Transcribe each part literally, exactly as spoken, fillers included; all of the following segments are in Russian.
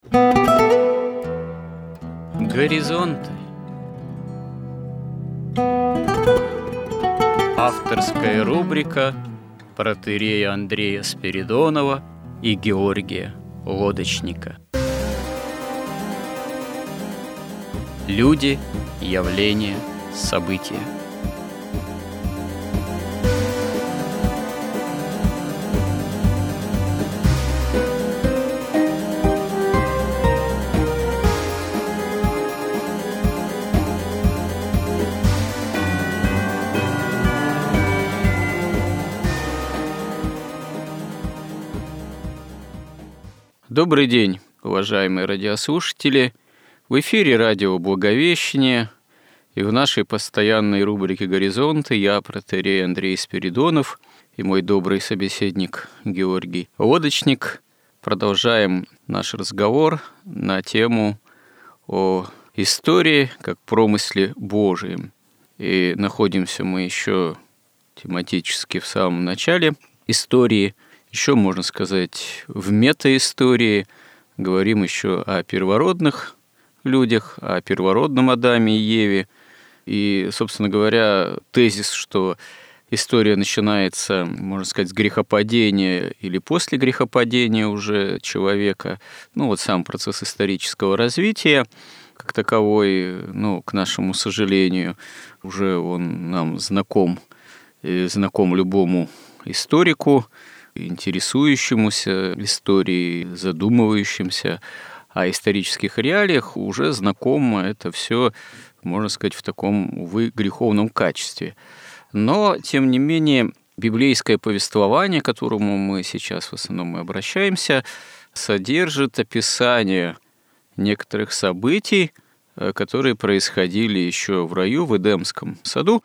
Горизонты. Авторская рубрика протоиерея Андрея Спиридонова и Георгия Лодочника. Люди, явления, события. Добрый день, уважаемые радиослушатели! В эфире радио «Благовещение», и в нашей постоянной рубрике «Горизонты» я, протоиерей Андрей Спиридонов, и мой добрый собеседник Георгий Лодочник продолжаем наш разговор на тему о истории как промысле Божием. И находимся мы еще тематически в самом начале истории, еще, можно сказать, в метаистории. Говорим еще о первородных людях, о первородном Адаме и Еве. И, собственно говоря, тезис, что история начинается, можно сказать, с грехопадения или после грехопадения уже человека, ну вот сам процесс исторического развития, как таковой, ну, к нашему сожалению, уже он нам знаком, и знаком любому историку, интересующемуся историей, задумывающимся о исторических реалиях, уже знакомо это все, можно сказать, в таком, увы, греховном качестве. Но, тем не менее, библейское повествование, к которому мы сейчас в основном и обращаемся, содержит описание некоторых событий, которые происходили еще в раю, в Эдемском саду,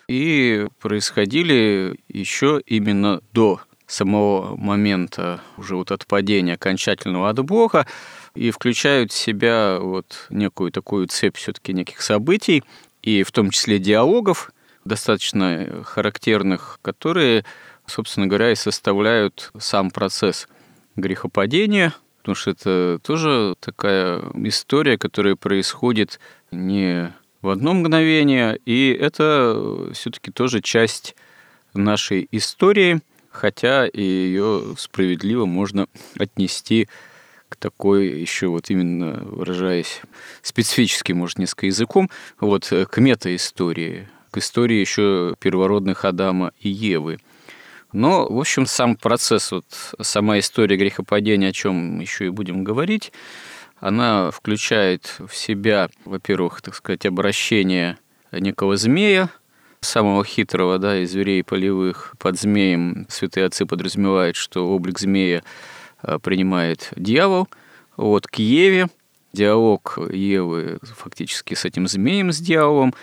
и происходили еще именно до самого момента уже вот отпадения окончательного от Бога, и включают в себя вот некую такую цепь все-таки неких событий, и в том числе диалогов, достаточно характерных, которые, собственно говоря, и составляют сам процесс грехопадения, потому что это тоже такая история, которая происходит не в одно мгновение, и это все-таки тоже часть нашей истории, хотя и ее справедливо можно отнести к такой еще вот именно, выражаясь специфически, может, несколько языком, вот к метаистории, к истории еще первородных Адама и Евы. Но, в общем, сам процесс, вот, сама история грехопадения, о чем еще и будем говорить, она включает в себя, во-первых, так сказать, обращение некого змея, самого хитрого, да, из зверей полевых. Под змеем святые отцы подразумевают, что облик змея принимает дьявол. Вот к Еве, диалог Евы фактически с этим змеем, с дьяволом,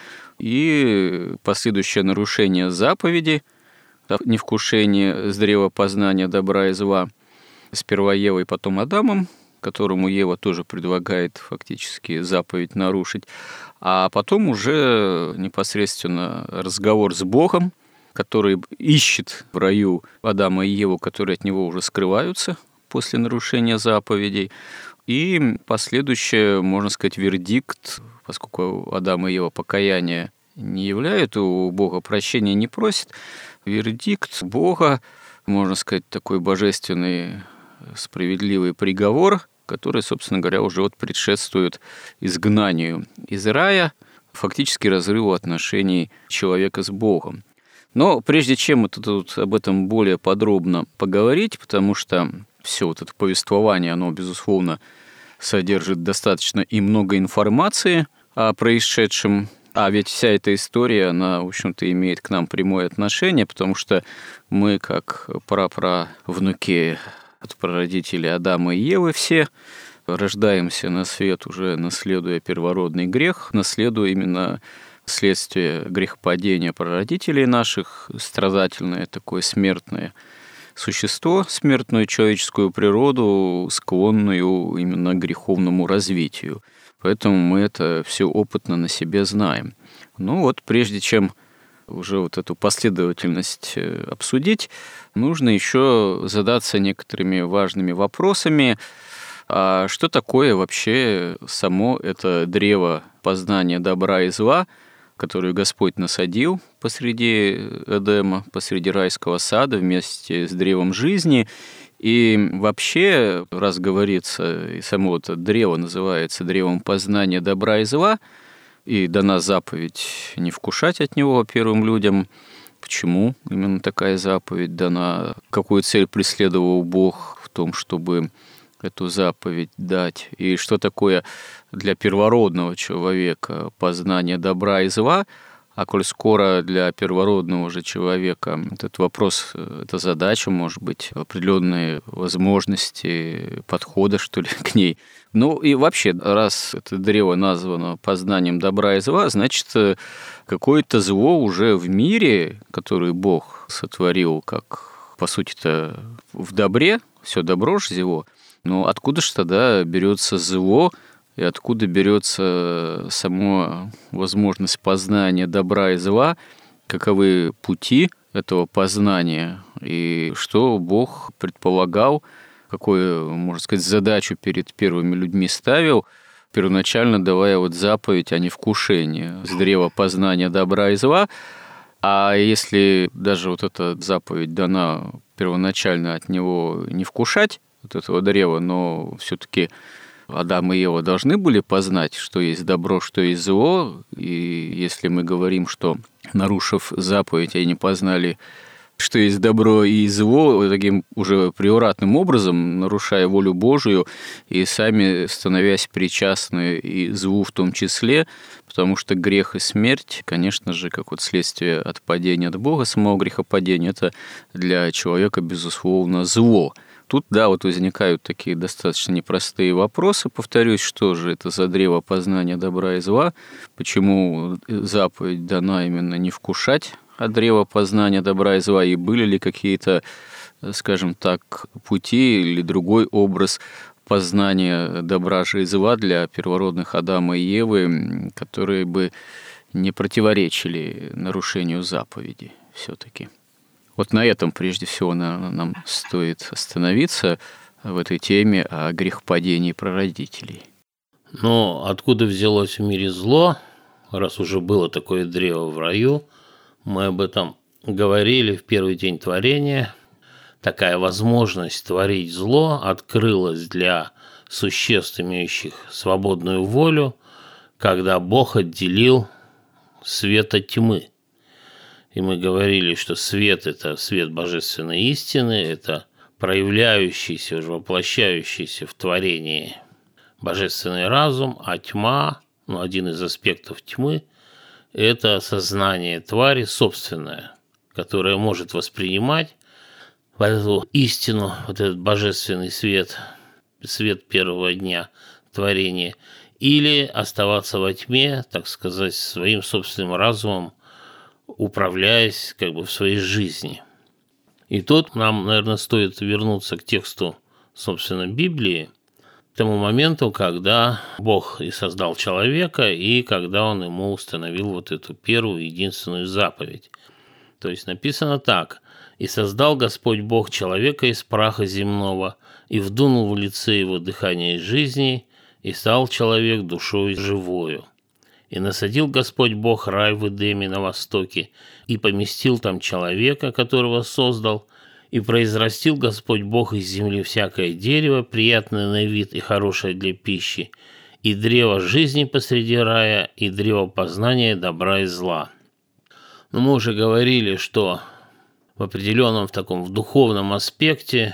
и последующее нарушение заповеди, невкушение с древа познания добра и зла, сперва Евой, потом Адамом, которому Ева тоже предлагает фактически заповедь нарушить, а потом уже непосредственно разговор с Богом, который ищет в раю Адама и Еву, которые от него уже скрываются после нарушения заповедей, и последующее, можно сказать, вердикт, поскольку Адам и Ева покаяния не являют, у Бога прощения не просят, вердикт Бога, можно сказать, такой божественный справедливый приговор, который, собственно говоря, уже вот предшествует изгнанию из рая, фактически разрыву отношений человека с Богом. Но прежде чем мы тут об этом более подробно поговорить, потому что все вот это повествование, оно, безусловно, содержит достаточно и много информации о происшедшем, а ведь вся эта история, она, в общем-то, имеет к нам прямое отношение, потому что мы, как праправнуки от прародителей Адама и Евы, все рождаемся на свет, уже наследуя первородный грех, наследуя именно следствие грехопадения прародителей наших, страдательное такое смертное существо, смертную человеческую природу, склонную именно к греховному развитию. Поэтому мы это все опытно на себе знаем. Ну вот, прежде чем уже вот эту последовательность обсудить, нужно еще задаться некоторыми важными вопросами. А что такое вообще само это древо познания добра и зла, которое Господь насадил посреди Эдема, посреди райского сада вместе с древом жизни? И вообще, раз говорится, и само это древо называется древом познания добра и зла, и дана заповедь не вкушать от него первым людям. Почему именно такая заповедь дана? Какую цель преследовал Бог в том, чтобы эту заповедь дать? И что такое для первородного человека познание добра и зла? А коль скоро для первородного же человека этот вопрос, эта задача, может быть, определенные возможности подхода, что ли, к ней. Ну и вообще, раз это древо названо познанием добра и зла, значит, какое-то зло уже в мире, которое Бог сотворил, как, по сути-то, в добре, все добро же зло. Но откуда же тогда берется зло, и откуда берется сама возможность познания добра и зла, каковы пути этого познания, и что Бог предполагал, какую, можно сказать, задачу перед первыми людьми ставил, первоначально давая вот заповедь о невкушении с древа познания добра и зла. А если даже вот эта заповедь дана первоначально от него не вкушать, вот этого древа, но все-таки Адам и Ева должны были познать, что есть добро, что есть зло, и если мы говорим, что, нарушив заповедь, они познали, что есть добро и зло, таким уже приоратным образом, нарушая волю Божию, и сами становясь причастны и злу в том числе, потому что грех и смерть, конечно же, как вот следствие от падения от Бога, самого грехопадения, это для человека, безусловно, зло. Тут, да, вот возникают такие достаточно непростые вопросы. Повторюсь, что же это за древо познания добра и зла? Почему заповедь дана именно не вкушать от древа познания добра и зла? И были ли какие-то, скажем так, пути или другой образ познания добра же и зла для первородных Адама и Евы, которые бы не противоречили нарушению заповеди все-таки? Вот на этом, прежде всего, наверное, нам стоит остановиться в этой теме о грехопадении прародителей. Но откуда взялось в мире зло, раз уже было такое древо в раю, мы об этом говорили в первый день творения. Такая возможность творить зло открылась для существ, имеющих свободную волю, когда Бог отделил свет от тьмы. И мы говорили, что свет – это свет божественной истины, это проявляющийся, уже воплощающийся в творении божественный разум, а тьма, ну, один из аспектов тьмы – это сознание твари собственное, которое может воспринимать вот эту истину, вот этот божественный свет, свет первого дня творения, или оставаться во тьме, так сказать, своим собственным разумом, управляясь как бы в своей жизни. И тут нам, наверное, стоит вернуться к тексту, собственно, Библии, к тому моменту, когда Бог и создал человека, и когда Он ему установил вот эту первую, единственную заповедь. То есть написано так: «И создал Господь Бог человека из праха земного, и вдунул в лице его дыхание жизни, и стал человек душой живою. И насадил Господь Бог рай в Эдеме на востоке, и поместил там человека, которого создал, и произрастил Господь Бог из земли всякое дерево, приятное на вид и хорошее для пищи, и древо жизни посреди рая, и древо познания добра и зла». Но мы уже говорили, что в определенном в таком в духовном аспекте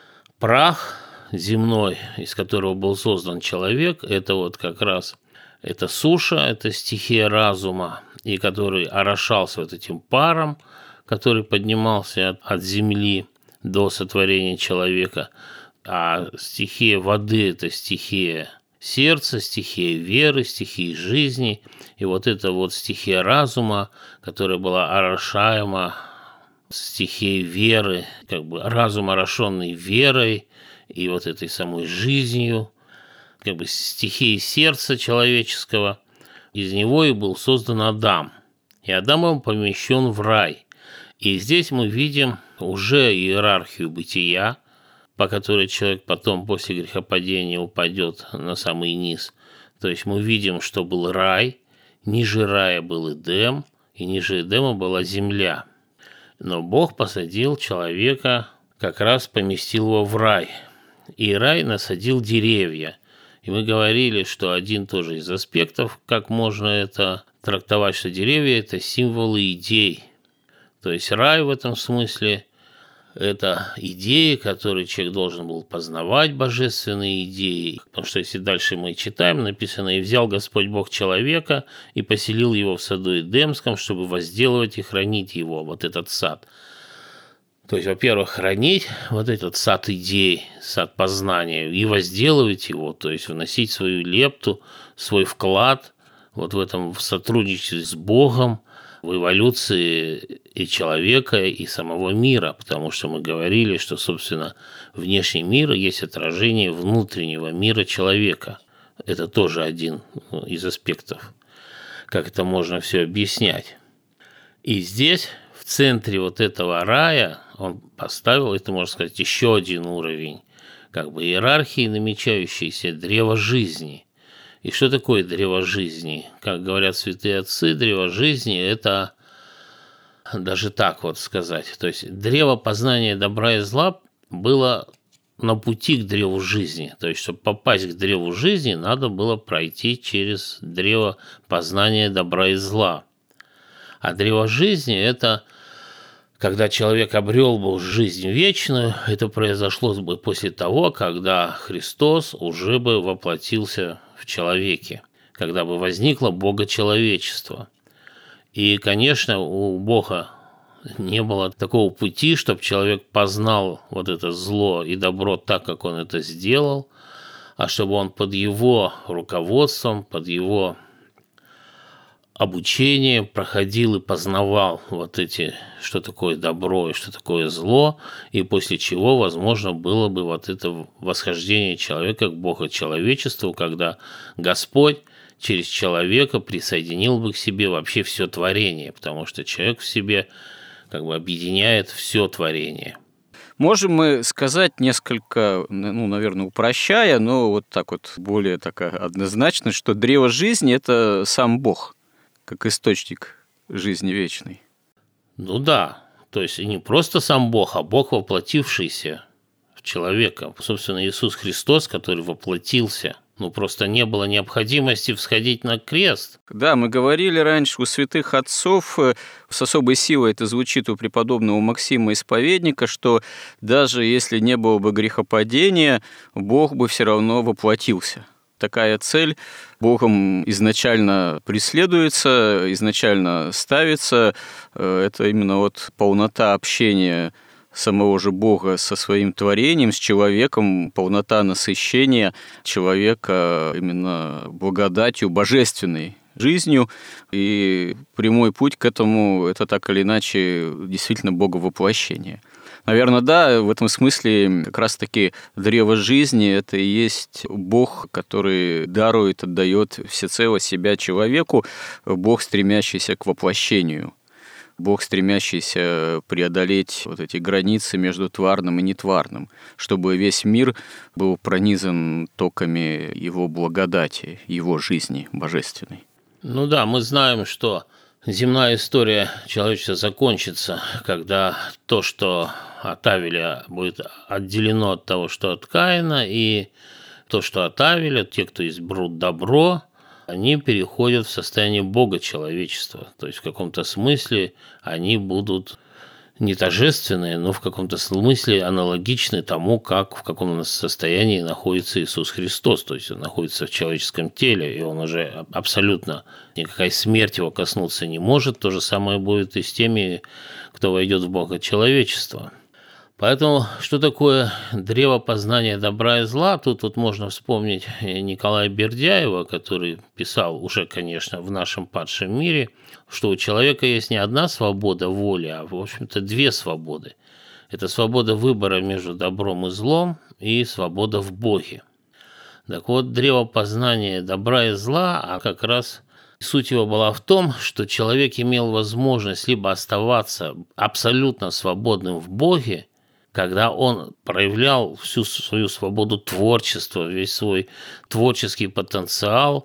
прах земной, из которого был создан человек, это вот как раз это суша, это стихия разума, и который орошался вот этим паром, который поднимался от, от земли до сотворения человека. А стихия воды – это стихия сердца, стихия веры, стихия жизни. И вот эта вот стихия разума, которая была орошаема стихией веры, как бы разум, орошенный верой и вот этой самой жизнью, как бы стихией сердца человеческого, из него и был создан Адам. И Адам был помещен в рай. И здесь мы видим уже иерархию бытия. по которой человек потом после грехопадения упадет на самый низ. То есть мы видим, что был рай, ниже рая был Эдем, и ниже Эдема была земля. Но Бог посадил человека, как раз поместил его в рай. И рай насадил деревья. И мы говорили, что один тоже из аспектов, как можно это трактовать, что деревья – это символы идей. То есть рай в этом смысле – это идеи, которые человек должен был познавать, божественные идеи. Потому что если дальше мы читаем, написано: «И взял Господь Бог человека и поселил его в саду Эдемском, чтобы возделывать и хранить его», вот этот сад. То есть, во-первых, хранить вот этот сад идей, сад познания, и возделывать его, то есть вносить свою лепту, свой вклад вот в этом в сотрудничестве с Богом, в эволюции и человека, и самого мира, потому что мы говорили, что, собственно, внешний мир есть отражение внутреннего мира человека. Это тоже один из аспектов, как это можно все объяснять. И здесь, в центре вот этого рая, он поставил, это, можно сказать, еще один уровень как бы иерархии, намечающейся древо жизни. И что такое древо жизни? Как говорят святые отцы, древо жизни – это, даже так вот сказать, то есть древо познания добра и зла было на пути к древу жизни. То есть, чтобы попасть к древу жизни, надо было пройти через древо познания добра и зла. А древо жизни – это когда человек обрел бы жизнь вечную, это произошло бы после того, когда Христос уже бы воплотился в человеке, когда бы возникло богочеловечество. И, конечно, у Бога не было такого пути, чтобы человек познал вот это зло и добро так, как он это сделал, а чтобы он под его руководством, под его обучение проходил и познавал вот эти, что такое добро и что такое зло, и после чего, возможно, было бы вот это восхождение человека к богочеловечеству, когда Господь через человека присоединил бы к себе вообще все творение, потому что человек в себе как бы объединяет все творение. Можем мы сказать несколько, ну, наверное, упрощая, но вот так вот более так однозначно, что древо жизни – это сам Бог, как источник жизни вечной. Ну да, то есть не просто сам Бог, а Бог, воплотившийся в человека. Собственно, Иисус Христос, который воплотился. Ну, просто не было необходимости всходить на крест. Да, мы говорили раньше у святых отцов, с особой силой это звучит у преподобного Максима Исповедника, что даже если не было бы грехопадения, Бог бы все равно воплотился. Такая цель Богом изначально преследуется, изначально ставится. Это именно вот полнота общения самого же Бога со своим творением, с человеком, полнота насыщения человека именно благодатью, божественной жизнью. И прямой путь к этому – это так или иначе действительно боговоплощение. Наверное, да, в этом смысле как раз-таки древо жизни – это и есть Бог, который дарует, отдает всецело себя человеку, Бог, стремящийся к воплощению, Бог, стремящийся преодолеть вот эти границы между тварным и нетварным, чтобы весь мир был пронизан токами Его благодати, Его жизни божественной. Ну да, мы знаем, что земная история человечества закончится, когда то, что от Авеля, будет отделено от того, что от Каина, и то, что от Авеля, те, кто изберут добро, они переходят в состояние Бога человечества. То есть в каком-то смысле они будут не тождественные, но в каком-то смысле аналогичны тому, как в каком состоянии находится Иисус Христос. То есть он находится в человеческом теле, и он уже абсолютно никакая смерть его коснуться не может. То же самое будет и с теми, кто войдет в Бога человечество. Поэтому, что такое древо познания добра и зла? Тут вот можно вспомнить Николая Бердяева, который писал уже, конечно, в нашем падшем мире, что у человека есть не одна свобода воли, а, в общем-то, две свободы. Это свобода выбора между добром и злом и свобода в Боге. Так вот, древо познания добра и зла, а как раз суть его была в том, что человек имел возможность либо оставаться абсолютно свободным в Боге, когда он проявлял всю свою свободу творчества, весь свой творческий потенциал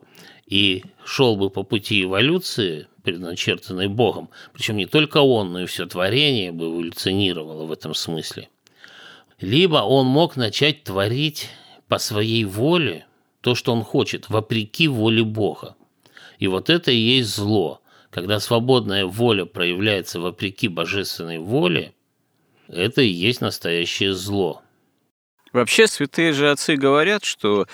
и шел бы по пути эволюции, предначертанной Богом, причем не только он, но и все творение бы эволюционировало в этом смысле, либо он мог начать творить по своей воле то, что он хочет, вопреки воле Бога. И вот это и есть зло. Когда свободная воля проявляется вопреки божественной воле, это и есть настоящее зло. Вообще, святые же отцы говорят, что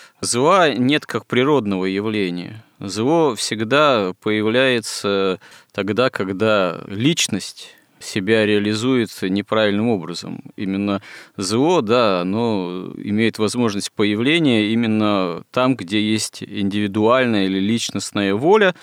зла нет как природного явления. Зло всегда появляется тогда, когда личность себя реализует неправильным образом. Именно зло, да, оно имеет возможность появления именно там, где есть индивидуальная или личностная воля,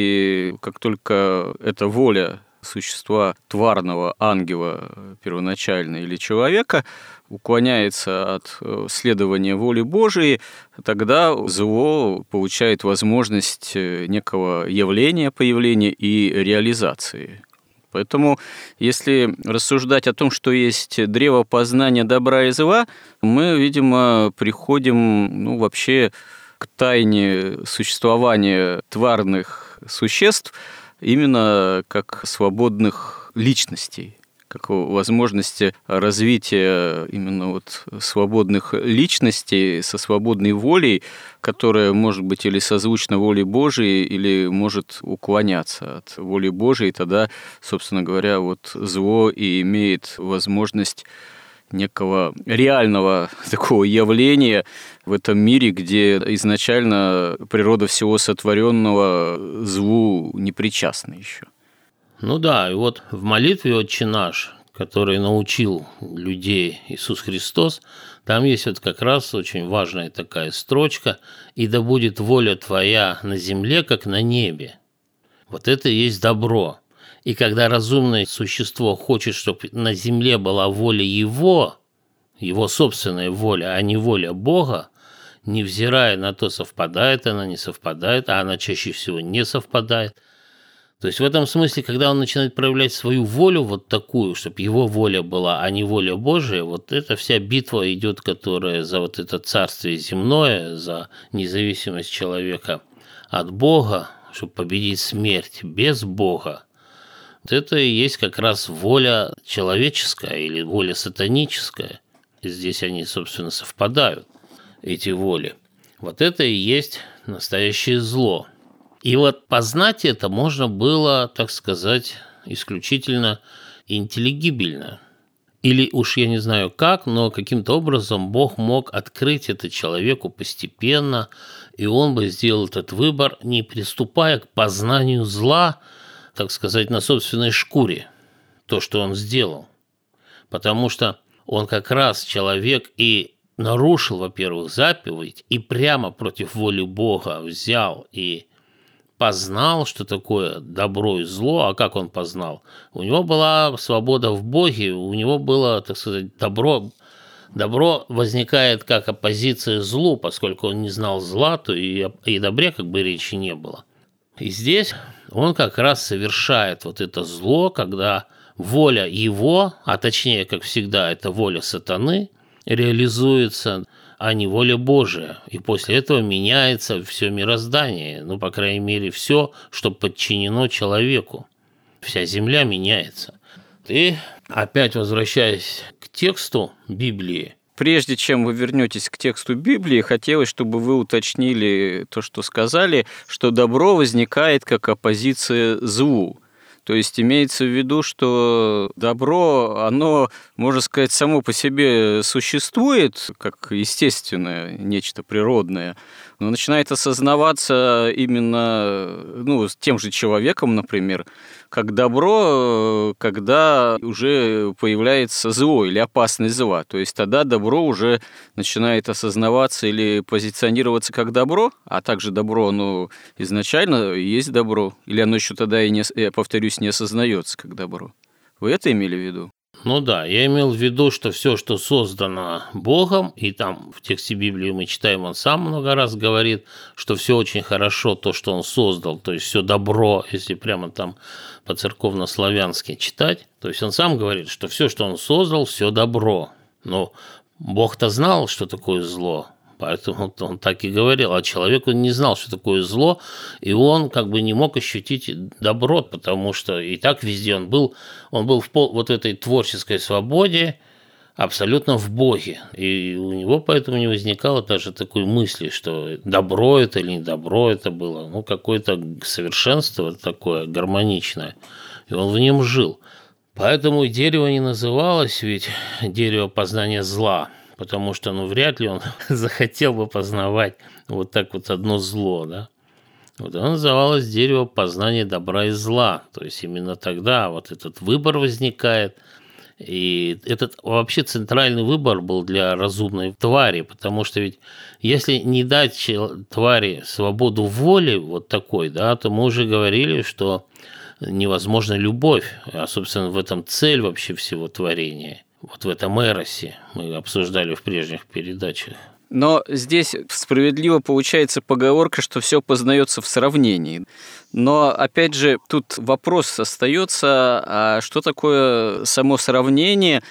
и как только эта воля существа тварного, ангела первоначально или человека уклоняется от следования воли Божией, тогда зло получает возможность некого явления, появления и реализации. Поэтому, если рассуждать о том, что есть древо познания добра и зла, мы, видимо, приходим, ну, вообще к тайне существования тварных существ именно как свободных личностей, как возможности развития именно вот свободных личностей со свободной волей, которая может быть или созвучна воле Божией, или может уклоняться от воли Божией, тогда, собственно говоря, вот зло и имеет возможность некого реального такого явления в этом мире, где изначально природа всего сотворенного злу не причастна еще. Ну да, и вот в молитве «Отче наш», который научил людей Иисус Христос, там есть вот как раз очень важная такая строчка: «И да будет воля Твоя на земле, как на небе». Вот это и есть добро. И когда разумное существо хочет, чтобы на земле была воля его, его собственная воля, а не воля Бога, невзирая на то, совпадает она, не совпадает, а она чаще всего не совпадает. То есть в этом смысле, когда он начинает проявлять свою волю вот такую, чтобы его воля была, а не воля Божия, вот эта вся битва идет, которая за вот это царствие земное, за независимость человека от Бога, чтобы победить смерть без Бога. Вот это и есть как раз воля человеческая или воля сатаническая. И здесь они, собственно, совпадают, эти воли. Вот это и есть настоящее зло. И вот познать это можно было, так сказать, исключительно интеллигибельно. Или уж я не знаю как, но каким-то образом Бог мог открыть это человеку постепенно, и он бы сделал этот выбор, не приступая к познанию зла, так сказать, на собственной шкуре, то, что он сделал. Потому что он как раз человек и нарушил, во-первых, заповедь, и прямо против воли Бога взял и познал, что такое добро и зло. А как он познал? У него была свобода в Боге, у него было, так сказать, добро. Добро возникает как оппозиция злу, поскольку он не знал зла, то и о добре как бы речи не было. И здесь он как раз совершает вот это зло, когда воля его, а точнее, как всегда, это воля сатаны, реализуется, а не воля Божия. И после этого меняется все мироздание, ну, по крайней мере, все, что подчинено человеку. Вся земля меняется. И опять возвращаясь к тексту Библии. Прежде чем вы вернетесь к тексту Библии, хотелось, чтобы вы уточнили то, что сказали, что добро возникает как оппозиция злу. То есть имеется в виду, что добро, оно, можно сказать, само по себе существует, как естественное, нечто природное, но начинает осознаваться именно, ну, тем же человеком, например, как добро, когда уже появляется зло или опасность зла. То есть тогда добро уже начинает осознаваться или позиционироваться как добро, а также добро, оно изначально есть добро, или оно еще тогда, и не, я повторюсь, не осознается как добро. Вы это имели в виду? Ну да, я имел в виду, что все, что создано Богом, и там в тексте Библии мы читаем, он сам много раз говорит, что все очень хорошо, то, что он создал, то есть все добро, если прямо там по-церковно-славянски читать, то есть он сам говорит, что все, что он создал, все добро. Но Бог-то знал, что такое зло, поэтому он так и говорил, а человек он не знал, что такое зло, и он как бы не мог ощутить добро, потому что и так везде он был, он был в пол, вот этой творческой свободе, абсолютно в Боге, и у него поэтому не возникало даже такой мысли, что добро это или не добро это было, ну какое-то совершенство такое гармоничное, и он в нем жил. Поэтому и дерево не называлось ведь дерево познания зла, потому что, ну, вряд ли он захотел бы познавать вот так вот одно зло, да. Вот оно называлось дерево познания добра и зла, то есть именно тогда вот этот выбор возникает, и этот вообще центральный выбор был для разумной твари, потому что ведь если не дать твари свободу воли вот такой, да, то мы уже говорили, что невозможна любовь, а, собственно, в этом цель вообще всего творения. Вот в этом эросе мы обсуждали в прежних передачах. Но здесь справедливо получается поговорка, что все познается в сравнении. Но, опять же, тут вопрос остается, а что такое само сравнение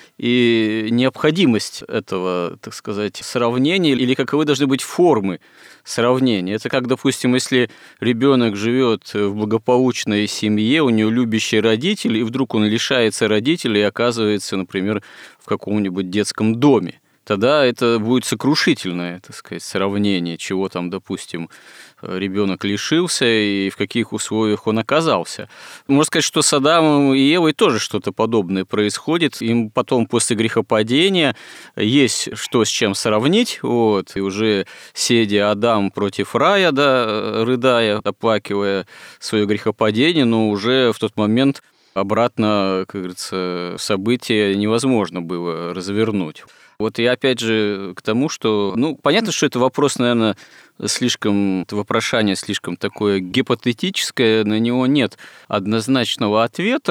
и необходимость этого, так сказать, сравнения, или каковы должны быть формы сравнения? Это как, допустим, если ребенок живет в благополучной семье, у него любящие родители, и вдруг он лишается родителей и оказывается, например, в каком-нибудь детском доме. Тогда это будет сокрушительное, так сказать, сравнение, чего там, допустим, ребенок лишился и в каких условиях он оказался. Можно сказать, что с Адамом и Евой тоже что-то подобное происходит. Им потом, после грехопадения, есть что с чем сравнить. Вот, и уже сидя Адам против рая, да, рыдая, оплакивая свое грехопадение, но уже в тот момент обратно, как говорится, события невозможно было развернуть. Вот я опять же к тому, что, ну, понятно, что это вопрос, наверное, слишком, это вопрошание слишком такое гипотетическое, на него нет однозначного ответа.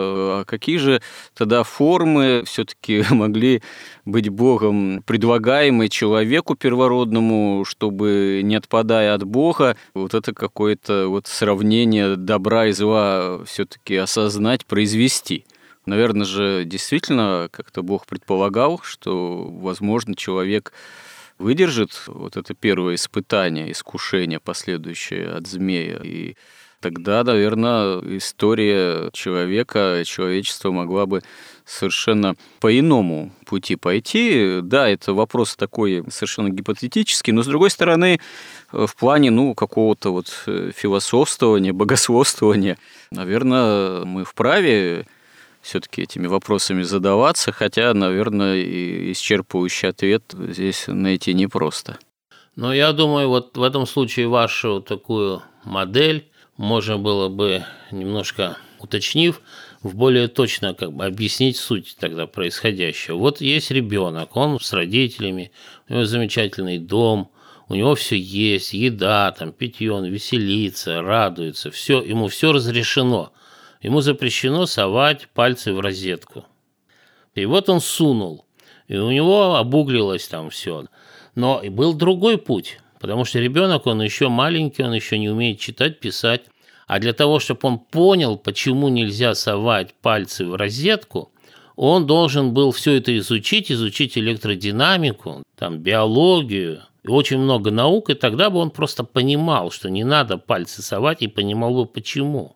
А какие же тогда формы все-таки могли быть Богом предлагаемые человеку первородному, чтобы, не отпадая от Бога, вот это какое-то вот сравнение добра и зла все-таки осознать, произвести? Наверное же, действительно, как-то Бог предполагал, что, возможно, человек выдержит вот это первое испытание, искушение, последующее от змея. И тогда, наверное, история человека, человечества могла бы совершенно по иному пути пойти. Да, это вопрос такой совершенно гипотетический, но, с другой стороны, в плане, ну, какого-то вот философствования, богословствования, наверное, мы вправе все-таки этими вопросами задаваться, хотя, наверное, и исчерпывающий ответ здесь найти непросто. Но я думаю, вот в этом случае вашу такую модель можно было бы, немножко уточнив, в более точно как бы объяснить суть тогда происходящего. Вот есть ребенок, он с родителями, у него замечательный дом, у него все есть, еда, там, питье, он веселится, радуется, все, ему все разрешено. Ему запрещено совать пальцы в розетку. И вот он сунул, и у него обуглилось там все. Но и был другой путь, потому что ребенок, он еще маленький, он еще не умеет читать, писать. А для того, чтобы он понял, почему нельзя совать пальцы в розетку, он должен был все это изучить, изучить электродинамику, там, биологию, и очень много наук, и тогда бы он просто понимал, что не надо пальцы совать, и понимал бы, почему.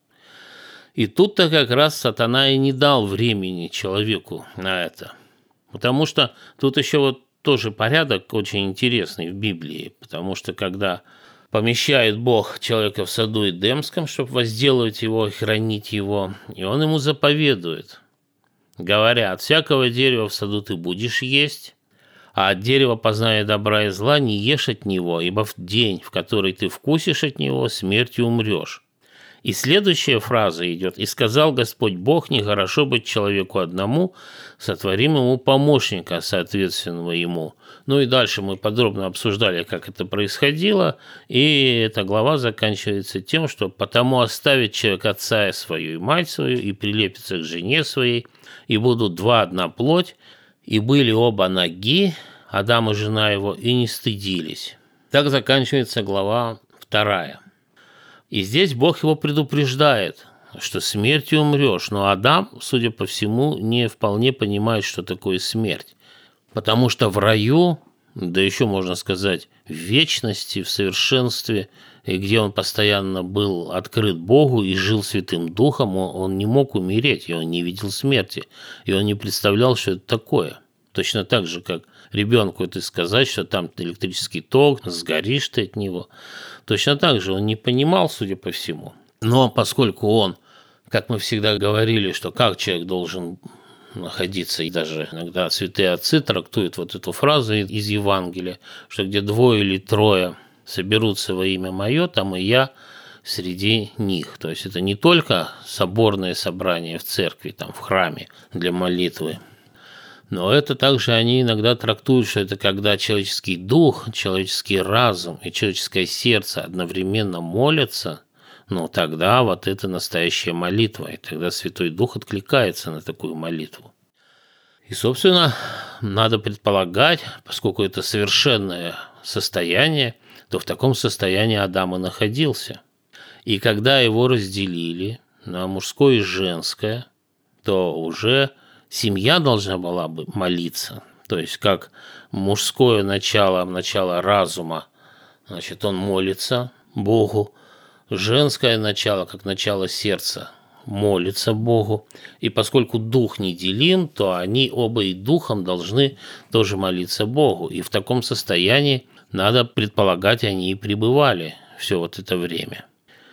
И тут-то как раз сатана и не дал времени человеку на это. Потому что тут еще вот тоже порядок очень интересный в Библии. Потому что когда помещает Бог человека в саду Эдемском, чтобы возделывать его и хранить его, и он ему заповедует, говоря: от всякого дерева в саду ты будешь есть, а от дерева познания добра и зла не ешь от него, ибо в день, в который ты вкусишь от него, смертью умрешь. И следующая фраза идет: «И сказал Господь Бог, нехорошо быть человеку одному, сотворим ему помощника, соответственного ему». Ну и дальше мы подробно обсуждали, как это происходило, и эта глава заканчивается тем, что «потому оставит человек отца свою и мать свою, и прилепится к жене своей, и будут два одна плоть, и были оба ноги, Адам и жена его, и не стыдились». Так заканчивается глава вторая. И здесь Бог его предупреждает, что смертью умрешь, но Адам, судя по всему, не вполне понимает, что такое смерть, потому что в раю, да еще можно сказать в вечности, в совершенстве, и где он постоянно был открыт Богу и жил Святым Духом, он не мог умереть, и он не видел смерти, и он не представлял, что это такое. Точно так же, как ребенку это сказать, что там электрический ток, сгоришь ты от него. Точно так же он не понимал, судя по всему. Но поскольку он, как мы всегда говорили, что как человек должен находиться, и даже иногда святые отцы трактуют вот эту фразу из Евангелия, что где двое или трое соберутся во имя мое, там и я среди них. То есть это не только соборное собрание в церкви, там в храме для молитвы, но это также они иногда трактуют, что это когда человеческий дух, человеческий разум и человеческое сердце одновременно молятся, но тогда вот это настоящая молитва, и тогда Святой Дух откликается на такую молитву. И, собственно, надо предполагать, поскольку это совершенное состояние, то в таком состоянии Адам и находился. И когда его разделили на мужское и женское, то уже семья должна была бы молиться, то есть как мужское начало, начало разума, значит, он молится Богу, женское начало, как начало сердца, молится Богу, и поскольку дух неделим, то они оба и духом должны тоже молиться Богу, и в таком состоянии, надо предполагать, они и пребывали все вот это время.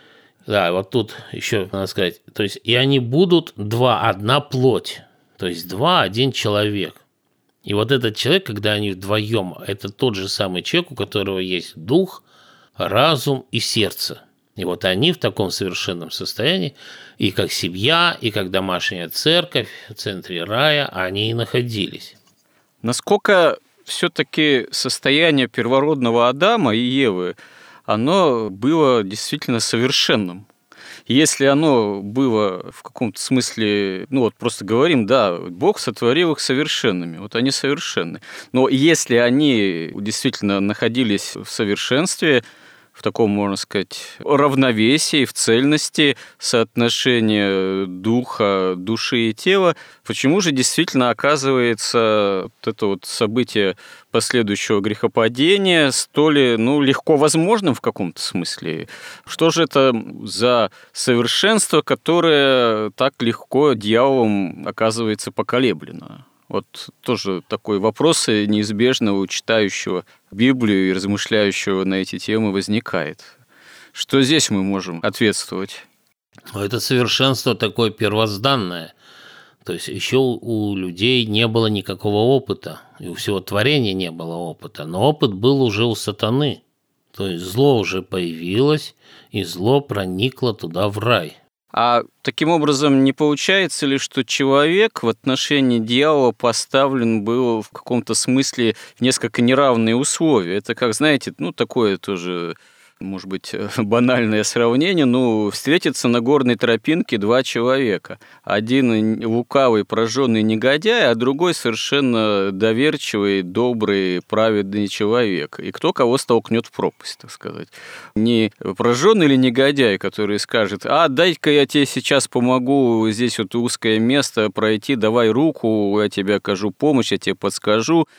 Да, вот тут еще надо сказать, то есть и они будут два, одна плоть. То есть два, один человек. И вот этот человек, когда они вдвоем, это тот же самый человек, у которого есть дух, разум и сердце. И вот они в таком совершенном состоянии, и как семья, и как домашняя церковь в центре рая, они и находились. Насколько все-таки состояние первородного Адама и Евы, оно было действительно совершенным? Если оно было в каком-то смысле, ну вот просто говорим, да, Бог сотворил их совершенными, вот они совершенны. Но если они действительно находились в совершенстве, в таком, можно сказать, равновесии, в цельности соотношения духа, души и тела, почему же действительно оказывается вот это вот событие последующего грехопадения столь, ну, легко возможным в каком-то смысле? Что же это за совершенство, которое так легко дьяволом оказывается поколеблено? Вот тоже такой вопрос неизбежно у читающего Библию и размышляющего на эти темы возникает. Что здесь мы можем ответствовать? Это совершенство такое первозданное. То есть еще у людей не было никакого опыта, и у всего творения не было опыта, но опыт был уже у сатаны. То есть зло уже появилось, и зло проникло туда, в рай. А таким образом, не получается ли, что человек в отношении дьявола поставлен был в каком-то смысле в несколько неравные условия? Это, как знаете, ну, такое тоже, может быть, банальное сравнение, ну, встретятся на горной тропинке два человека. Один лукавый, прожженный негодяй, а другой совершенно доверчивый, добрый, праведный человек. И кто кого столкнет в пропасть, так сказать. Не прожженный или негодяй, который скажет: а, дай-ка я тебе сейчас помогу, здесь вот узкое место пройти, давай руку, я тебе окажу помощь, я тебе подскажу.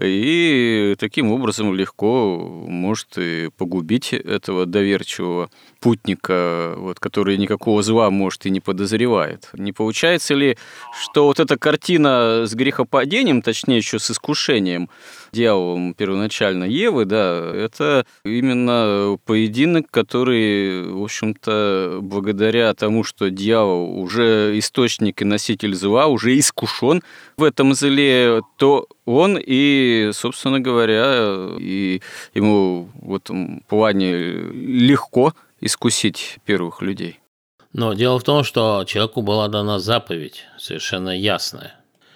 И таким образом легко может и погубить этого доверчивого путника, вот, который никакого зла, может, и не подозревает. Не получается ли, что вот эта картина с грехопадением, точнее, еще с искушением дьяволом первоначально Евы, да, это именно поединок, который, в общем-то, благодаря тому, что дьявол уже источник и носитель зла, уже искушен в этом зле, то он и, собственно говоря, и ему в этом плане легко искусить первых людей. Но дело в том, что человеку была дана заповедь совершенно ясная.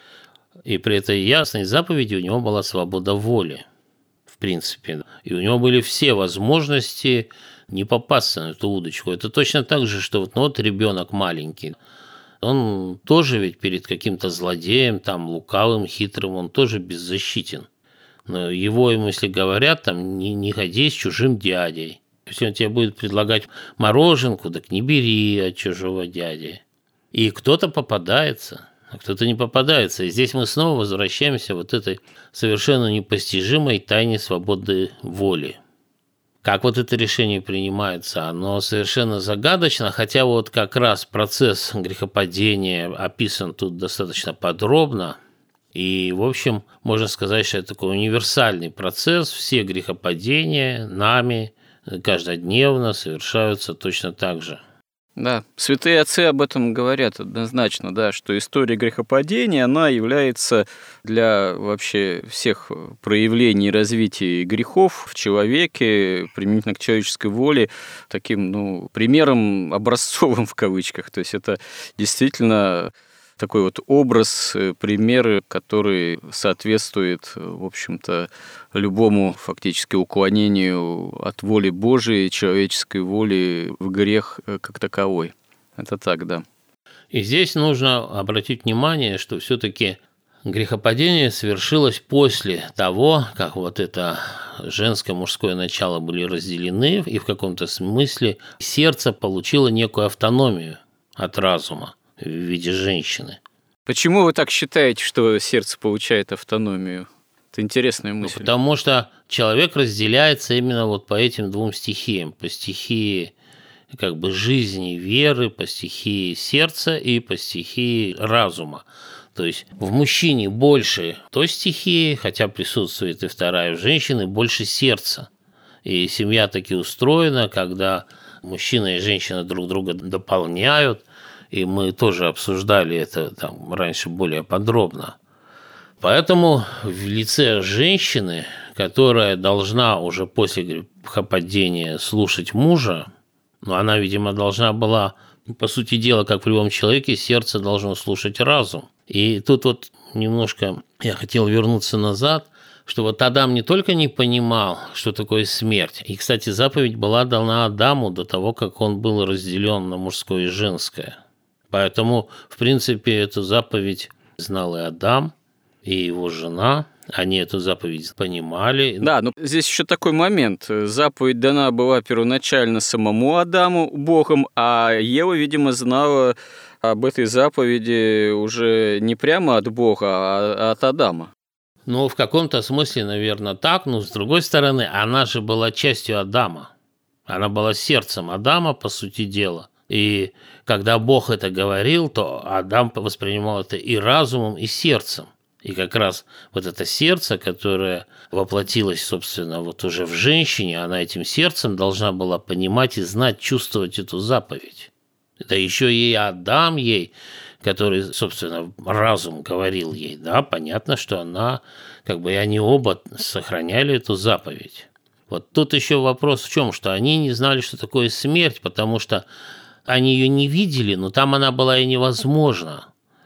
И при этой ясной заповеди у него была свобода воли, в принципе. И у него были все возможности не попасться на эту удочку. Это точно так же, что вот, ну, вот ребенок маленький, он тоже ведь перед каким-то злодеем, там, лукавым, хитрым, он тоже беззащитен. Но его ему, если говорят, там, не, не ходи с чужим дядей. Если он тебе будет предлагать мороженку, так не бери от чужого дяди. И кто-то попадается, а кто-то не попадается. И здесь мы снова возвращаемся вот этой совершенно непостижимой тайне свободы воли. Как вот это решение принимается, оно совершенно загадочно, хотя вот как раз процесс грехопадения описан тут достаточно подробно. И, в общем, можно сказать, что это такой универсальный процесс. Все грехопадения нами каждодневно совершаются точно так же. Да, святые отцы об этом говорят однозначно, да, что история грехопадения, она является для вообще всех проявлений и развития грехов в человеке, применительно к человеческой воле, таким, ну, примером образцовым в кавычках. То есть это действительно такой вот образ, пример, который соответствует, в общем-то, любому фактически уклонению от воли Божией, человеческой воли в грех как таковой. Это так, да. И здесь нужно обратить внимание, что все-таки грехопадение совершилось после того, как вот это женское и мужское начало были разделены, и в каком-то смысле сердце получило некую автономию от разума в виде женщины. Почему вы так считаете, что сердце получает автономию? Это интересная мысль. Ну, потому что человек разделяется именно вот по этим двум стихиям. По стихии как бы жизни, веры, по стихии сердца и по стихии разума. То есть в мужчине больше той стихии, хотя присутствует и вторая в женщине, больше сердца. И семья таки устроена, когда мужчина и женщина друг друга дополняют. И мы тоже обсуждали это там раньше более подробно. Поэтому в лице женщины, которая должна уже после грехопадения слушать мужа, ну, она, видимо, должна была, по сути дела, как в любом человеке, сердце должно слушать разум. И тут вот немножко я хотел вернуться назад, что вот Адам не только не понимал, что такое смерть, и, кстати, заповедь была дана Адаму до того, как он был разделен на мужское и женское. Поэтому, в принципе, эту заповедь знал и Адам, и его жена. Они эту заповедь понимали. Да, но здесь еще такой момент. Заповедь дана была первоначально самому Адаму Богом, а Ева, видимо, знала об этой заповеди уже не прямо от Бога, а от Адама. Ну, в каком-то смысле, наверное, так, но, с другой стороны, она же была частью Адама. Она была сердцем Адама, по сути дела. И когда Бог это говорил, то Адам воспринимал это и разумом, и сердцем. И как раз вот это сердце, которое воплотилось, собственно, вот уже в женщине, она этим сердцем должна была понимать и знать, чувствовать эту заповедь. Это еще и Адам ей, который, собственно, разум говорил ей, да, понятно, что она, как бы и они оба сохраняли эту заповедь. Вот тут еще вопрос в чем, что они не знали, что такое смерть, потому что они ее не видели, но там она была и невозможна.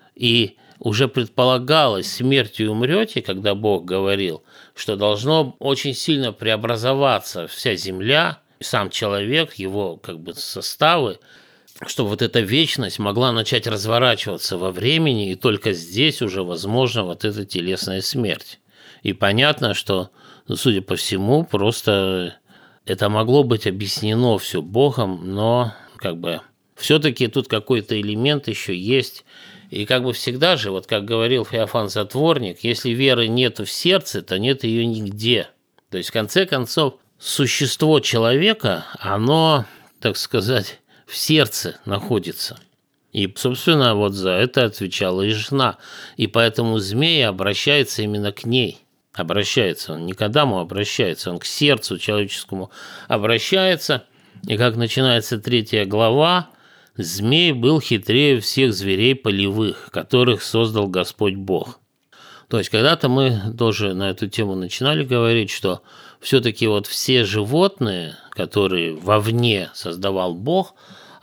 И уже предполагалось, смертью умрете, когда Бог говорил, что должно очень сильно преобразоваться вся земля, сам человек, его как бы составы, чтобы вот эта вечность могла начать разворачиваться во времени, и только здесь уже возможна вот эта телесная смерть. И понятно, что, ну, судя по всему, просто это могло быть объяснено все Богом, но как бы все-таки тут какой-то элемент еще есть. И как бы всегда же, вот как говорил Феофан Затворник, если веры нет в сердце, то нет ее нигде. То есть, в конце концов, существо человека, оно, так сказать, в сердце находится. И, собственно, вот за это отвечала и жена. И поэтому змей обращается именно к ней. Обращается он не к Адаму, обращается он к сердцу человеческому. Обращается, и как начинается третья глава, змей был хитрее всех зверей полевых, которых создал Господь Бог. То есть когда-то мы тоже на эту тему начинали говорить, что все-таки вот все животные, которые вовне создавал Бог,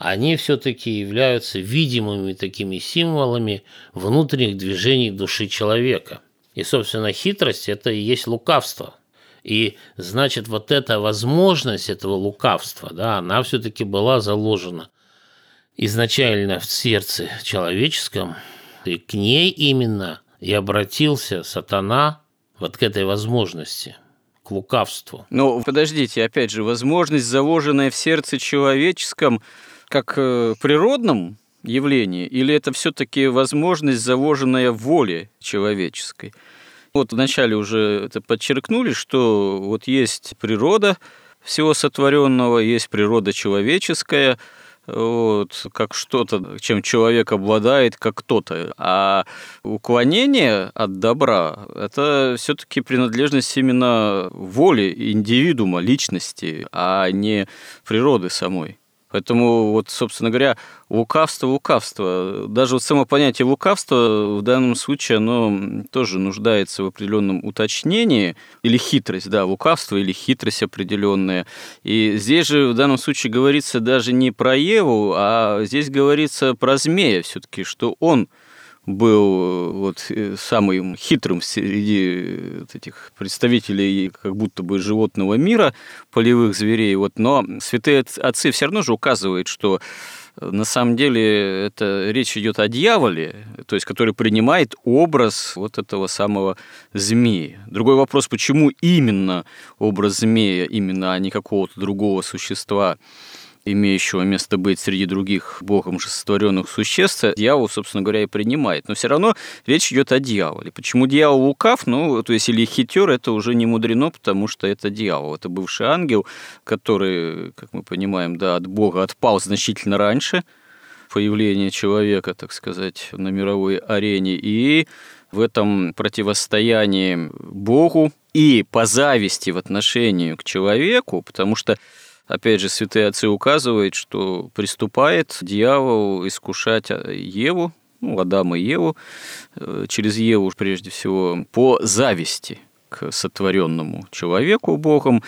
они все-таки являются видимыми такими символами внутренних движений души человека. И, собственно, хитрость – это и есть лукавство. И, значит, вот эта возможность этого лукавства, да, она все-таки была заложена изначально в сердце человеческом, и к ней именно и обратился сатана вот к этой возможности, к лукавству. Ну, подождите, опять же, возможность, заложенная в сердце человеческом, как э, природном явлении, или это все-таки возможность, заложенная в воле человеческой? Вот вначале уже это подчеркнули, что вот есть природа всего сотворенного, есть природа человеческая, вот, как что-то, чем человек обладает, как кто-то. А уклонение от добра – это все-таки принадлежность именно воли индивидуума, личности, а не природы самой. Поэтому, вот, собственно говоря, лукавство, лукавство. Даже вот само понятие лукавства в данном случае, оно тоже нуждается в определенном уточнении, или хитрость, да, лукавство или хитрость определенная. И здесь же в данном случае говорится даже не про Еву, а здесь говорится про змея все-таки, что он был вот самым хитрым среди вот этих представителей как будто бы животного мира, полевых зверей. Вот. Но святые отцы все равно же указывают, что на самом деле это речь идет о дьяволе, то есть который принимает образ вот этого самого змея. Другой вопрос, почему именно образ змея, именно, а не какого-то другого существа, имеющего место быть среди других Богом же сотворенных существ, дьявол, собственно говоря, и принимает. Но все равно речь идет о дьяволе. Почему дьявол лукав? Ну, то есть, или хитер, это уже не мудрено, потому что это дьявол. Это бывший ангел, который, как мы понимаем, да, от Бога отпал значительно раньше появления человека, так сказать, на мировой арене. И в этом противостоянии Богу и по зависти в отношении к человеку, потому что опять же, святые отцы указывают, что приступает дьявол искушать Еву, ну, Адама и Еву, через Еву прежде всего, по зависти к сотворенному человеку Богом.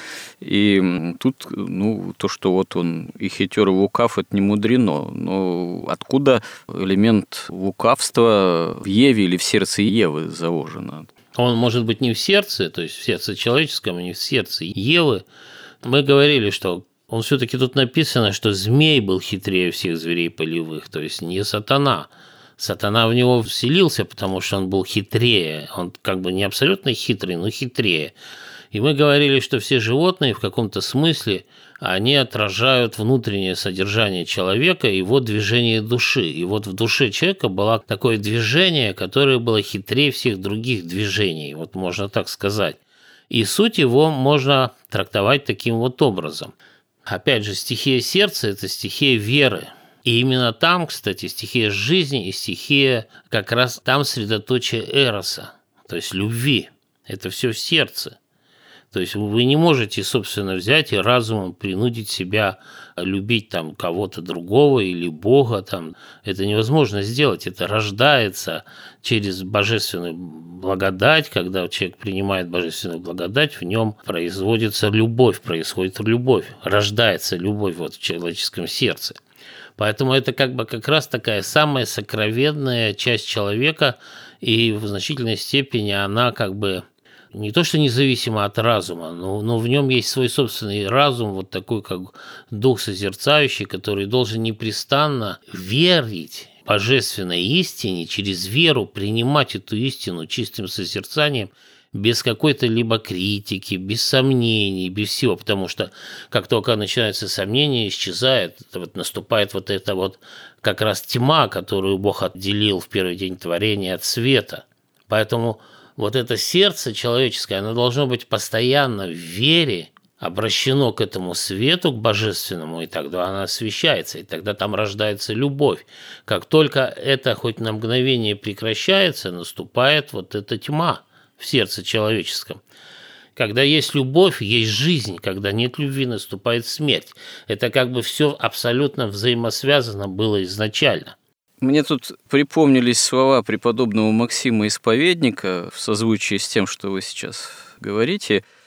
И тут, ну, то, что вот он и хитер, и лукав, это не мудрено. Но откуда элемент лукавства в Еве или в сердце Евы заложено? Он может быть не в сердце, то есть в сердце человеческом, а не в сердце Евы. Мы говорили, что он все-таки тут написано, что змей был хитрее всех зверей полевых, то есть не сатана. Сатана в него вселился, потому что он был хитрее. Он как бы не абсолютно хитрый, но хитрее. И мы говорили, что все животные в каком-то смысле, они отражают внутреннее содержание человека, его движение души. И вот в душе человека было такое движение, которое было хитрее всех других движений, вот можно так сказать. И суть его можно трактовать таким вот образом. Опять же, стихия сердца – это стихия веры. И именно там, кстати, стихия жизни и стихия как раз там средоточие эроса, то есть любви. Это все в сердце. То есть вы не можете, собственно, взять и разумом принудить себя любить там кого-то другого или Бога. Там. Это невозможно сделать. Это рождается через божественную благодать. Когда человек принимает божественную благодать, в нем производится любовь, происходит любовь, рождается любовь вот в человеческом сердце. Поэтому это как бы как раз такая самая сокровенная часть человека, и в значительной степени она как бы не то что независимо от разума, но, но в нем есть свой собственный разум, вот такой как дух созерцающий, который должен непрестанно верить божественной истине, через веру принимать эту истину чистым созерцанием, без какой-то либо критики, без сомнений, без всего, потому что как только начинается сомнение, исчезает, вот наступает вот эта вот как раз тьма, которую Бог отделил в первый день творения от света. Поэтому вот это сердце человеческое, оно должно быть постоянно в вере, обращено к этому свету, к божественному, и тогда она освещается, и тогда там рождается любовь. Как только это хоть на мгновение прекращается, наступает вот эта тьма в сердце человеческом. Когда есть любовь, есть жизнь, когда нет любви, наступает смерть. Это как бы все абсолютно взаимосвязано было изначально. Мне тут припомнились слова преподобного Максима Исповедника в созвучии с тем, что вы сейчас говорите.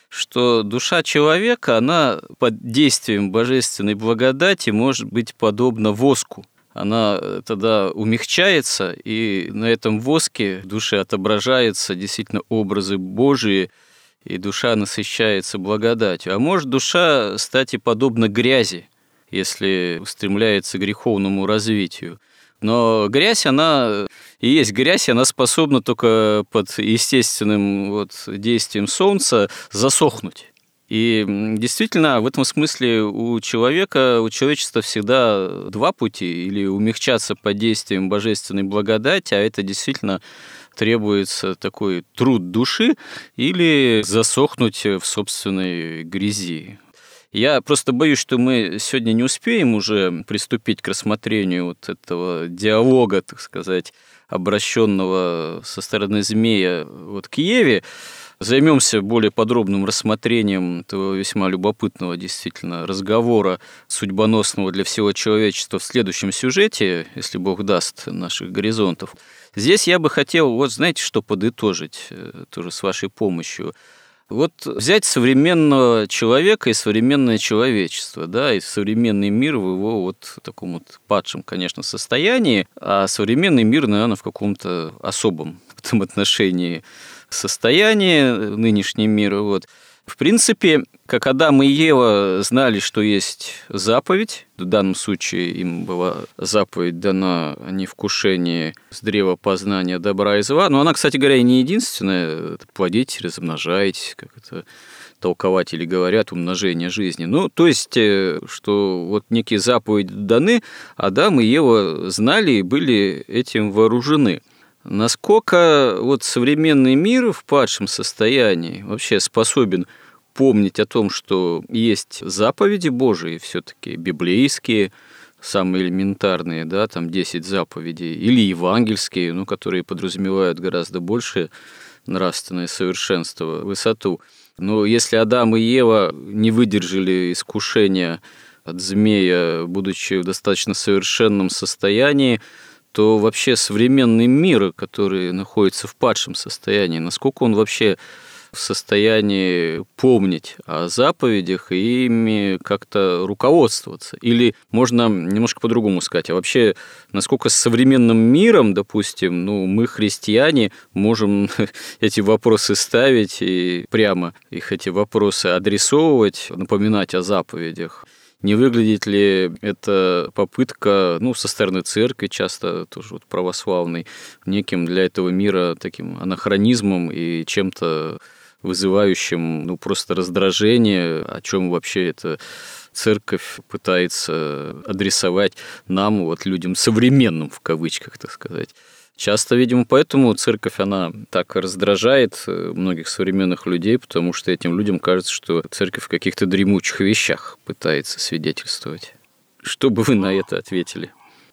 что душа человека, она под действием божественной благодати может быть подобна воску. Она тогда умягчается, и на этом воске в душе отображаются действительно образы Божии, и душа насыщается благодатью. А может душа стать и подобна грязи, если устремляется к греховному развитию. Но грязь, она и есть грязь, она способна только под естественным вот действием солнца засохнуть. И действительно, в этом смысле у человека, у человечества всегда два пути: или умягчаться под действием божественной благодати, а это действительно требуется такой труд души, или засохнуть в собственной грязи. Я просто боюсь, что мы сегодня не успеем уже приступить к рассмотрению вот этого диалога, так сказать, обращенного со стороны змея вот к Еве. Займемся более подробным рассмотрением этого весьма любопытного действительно разговора, судьбоносного для всего человечества, в следующем сюжете, если Бог даст наших горизонтов. Здесь я бы хотел, вот знаете, что подытожить, тоже с вашей помощью. Вот взять современного человека и современное человечество, да, и современный мир в его вот таком вот падшем, конечно, состоянии, а современный мир, наверное, в каком-то особом в этом отношении состоянии, нынешний мир. Вот. В принципе, как Адам и Ева знали, что есть заповедь, в данном случае им была заповедь дана о невкушении с древа познания добра и зла, но она, кстати говоря, и не единственная: плодитесь, размножайтесь, как это толкователи говорят, умножение жизни. Ну, то есть, что вот некие заповеди даны, Адам и Ева знали и были этим вооружены. Насколько вот современный мир в падшем состоянии вообще способен помнить о том, что есть заповеди Божии, все-таки библейские, самые элементарные, да, там десять заповедей, или евангельские, ну, которые подразумевают гораздо больше нравственное совершенство, высоту. Но если Адам и Ева не выдержали искушения от змея, будучи в достаточно совершенном состоянии, то вообще современный мир, который находится в падшем состоянии, насколько он вообще в состоянии помнить о заповедях и ими как-то руководствоваться? Или можно немножко по-другому сказать, а вообще насколько с современным миром, допустим, ну, мы, христиане, можем эти вопросы ставить и прямо их, эти вопросы, адресовывать, напоминать о заповедях? Не выглядит ли это попытка, ну, со стороны церкви, часто тоже вот православной, неким для этого мира таким анахронизмом и чем-то вызывающим, ну, просто раздражение, о чем вообще эта церковь пытается адресовать нам, вот людям современным, в кавычках, так сказать. Часто, видимо, поэтому церковь, она так раздражает многих современных людей, потому что этим людям кажется, что церковь в каких-то дремучих вещах пытается свидетельствовать. Что бы вы на это ответили?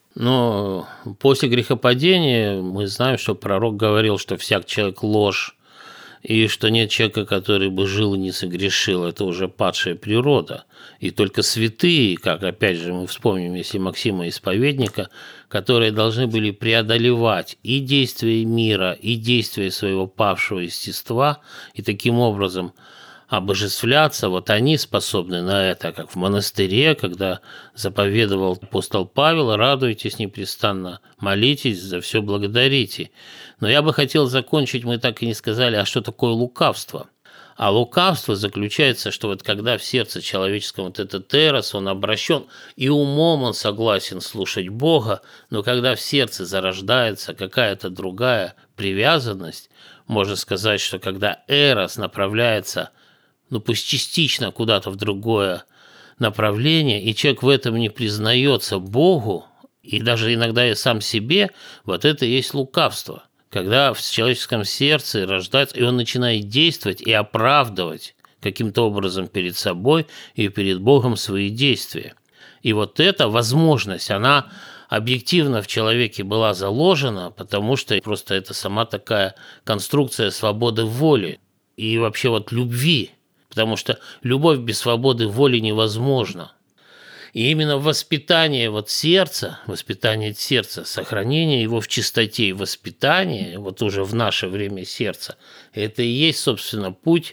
Но после грехопадения мы знаем, что пророк говорил, что всяк человек ложь, и что нет человека, который бы жил и не согрешил. Это уже падшая природа. И только святые, как опять же мы вспомним, если Максима Исповедника, которые должны были преодолевать и действия мира, и действия своего павшего естества, и таким образом обожествляться, вот они способны на это, как в монастыре, когда заповедовал апостол Павел: радуйтесь непрестанно, молитесь, за все благодарите. Но я бы хотел закончить, мы так и не сказали, а что такое лукавство? А лукавство заключается, что вот когда в сердце человеческом вот этот терос, он обращен, и умом он согласен слушать Бога, но когда в сердце зарождается какая-то другая привязанность, можно сказать, что когда эрос направляется, ну пусть частично куда-то в другое направление, и человек в этом не признается Богу, и даже иногда и сам себе, вот это и есть лукавство. Когда в человеческом сердце рождается, и он начинает действовать и оправдывать каким-то образом перед собой и перед Богом свои действия. И вот эта возможность, она объективно в человеке была заложена, потому что просто это сама такая конструкция свободы воли и вообще вот любви, потому что любовь без свободы воли невозможна. И именно воспитание вот сердца, воспитание сердца, сохранение его в чистоте и воспитание, вот уже в наше время сердца, это и есть, собственно, путь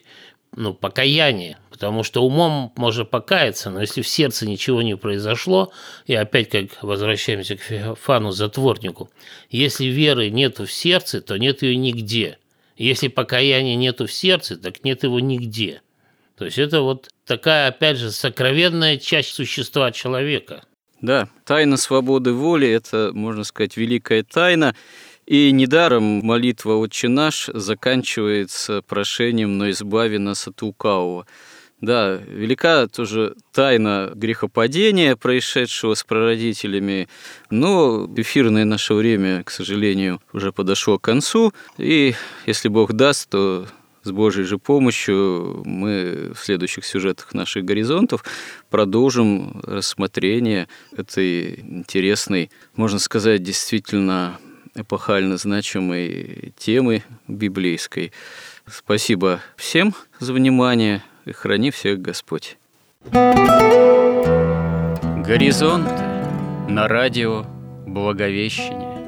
ну, покаяние. Потому что умом можно покаяться, но если в сердце ничего не произошло, и опять как возвращаемся к Феофану-затворнику, если веры нету в сердце, то нет ее нигде. Если покаяния нету в сердце, так нет его нигде. То есть это вот такая, опять же, сокровенная часть существа человека. Да, тайна свободы воли – это, можно сказать, великая тайна. И недаром молитва «Отче наш» заканчивается прошением «Но избави нас от лукавого». Да, велика тоже тайна грехопадения, происшедшего с прародителями, но эфирное наше время, к сожалению, уже подошло к концу, и если Бог даст, то с Божьей же помощью мы в следующих сюжетах наших «Горизонтов» продолжим рассмотрение этой интересной, можно сказать, действительно эпохально значимой темы библейской. Спасибо всем за внимание. И храни всех Господь. Горизонты на радио Благовещение.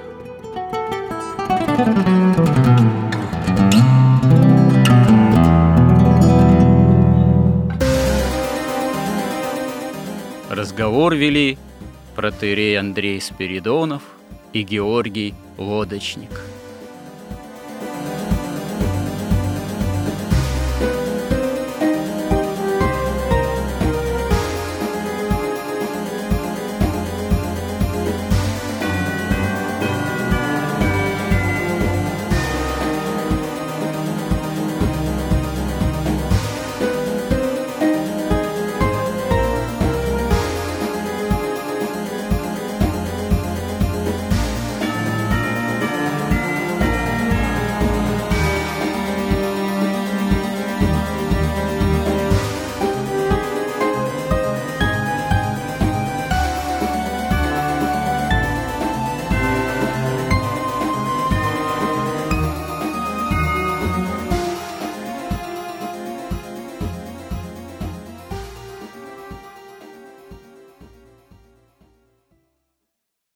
Разговор вели протоиерей Андрей Спиридонов и Георгий Лодочник.